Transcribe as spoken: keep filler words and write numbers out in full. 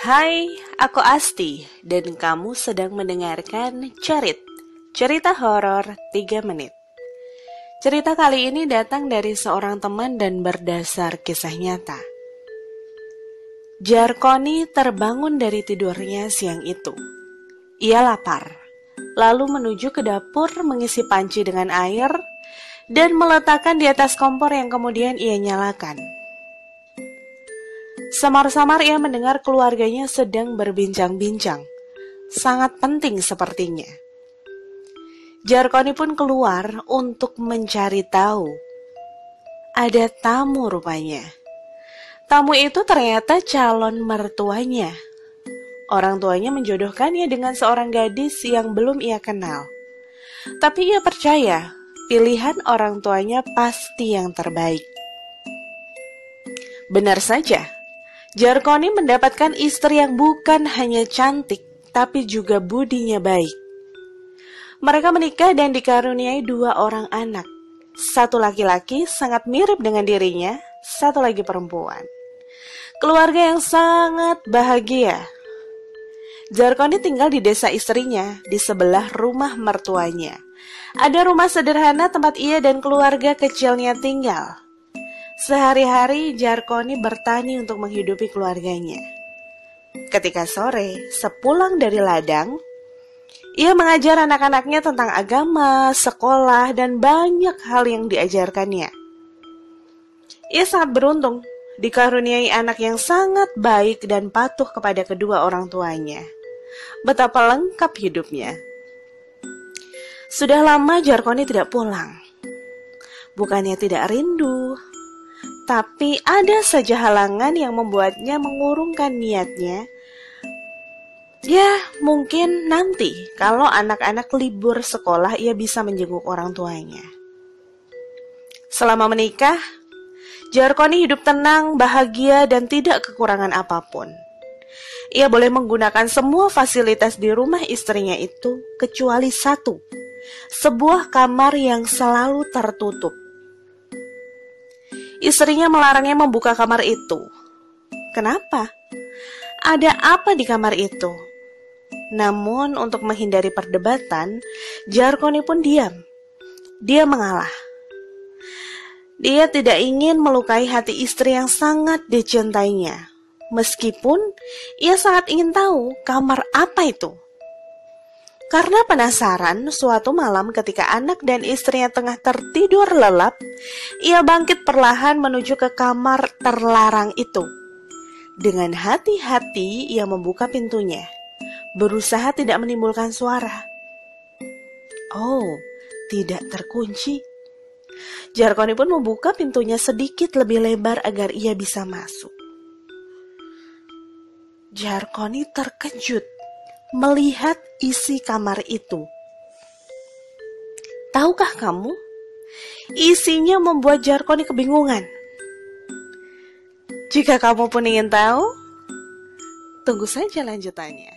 Hai, aku Asti dan kamu sedang mendengarkan Cerit, cerita horor tiga menit. Cerita kali ini datang dari seorang teman dan berdasar kisah nyata. Jarkoni terbangun dari tidurnya siang itu. Ia lapar, lalu menuju ke dapur mengisi panci dengan air dan meletakkan di atas kompor yang kemudian ia nyalakan. Samar-samar ia mendengar keluarganya sedang berbincang-bincang. Sangat penting sepertinya. Jarkoni pun keluar untuk mencari tahu. Ada tamu rupanya. Tamu itu ternyata calon mertuanya. Orang tuanya menjodohkannya dengan seorang gadis yang belum ia kenal. Tapi ia percaya pilihan orang tuanya pasti yang terbaik. Benar saja. Jarkoni mendapatkan istri yang bukan hanya cantik, tapi juga budinya baik. Mereka menikah dan dikaruniai dua orang anak. Satu laki-laki sangat mirip dengan dirinya, satu lagi perempuan. Keluarga yang sangat bahagia. Jarkoni tinggal di desa istrinya, di sebelah rumah mertuanya. Ada rumah sederhana tempat ia dan keluarga kecilnya tinggal. Sehari-hari Jarkoni bertani untuk menghidupi keluarganya. Ketika sore, sepulang dari ladang, ia mengajar anak-anaknya tentang agama, sekolah, dan banyak hal yang diajarkannya. Ia sangat beruntung dikaruniai anak yang sangat baik dan patuh kepada kedua orang tuanya. Betapa lengkap hidupnya. Sudah lama Jarkoni tidak pulang. Bukannya tidak rindu, tapi ada saja halangan yang membuatnya mengurungkan niatnya. Ya, mungkin nanti kalau anak-anak libur sekolah ia bisa menjenguk orang tuanya. Selama menikah, Jarkoni hidup tenang, bahagia, dan tidak kekurangan apapun. Ia boleh menggunakan semua fasilitas di rumah istrinya itu, kecuali satu, sebuah kamar yang selalu tertutup. Istrinya melarangnya membuka kamar itu. Kenapa? Ada apa di kamar itu? Namun untuk menghindari perdebatan, Jarkoni pun diam. Dia mengalah. Dia tidak ingin melukai hati istri yang sangat dicintainya. Meskipun ia sangat ingin tahu kamar apa itu. Karena penasaran, suatu malam ketika anak dan istrinya tengah tertidur lelap, ia bangkit perlahan menuju ke kamar terlarang itu. Dengan hati-hati ia membuka pintunya, berusaha tidak menimbulkan suara. Oh, tidak terkunci. Jarkoni pun membuka pintunya sedikit lebih lebar agar ia bisa masuk. Jarkoni terkejut melihat isi kamar itu. Tahukah kamu, isinya membuat Jarkoni kebingungan. Jika kamu pun ingin tahu, tunggu saja lanjutannya.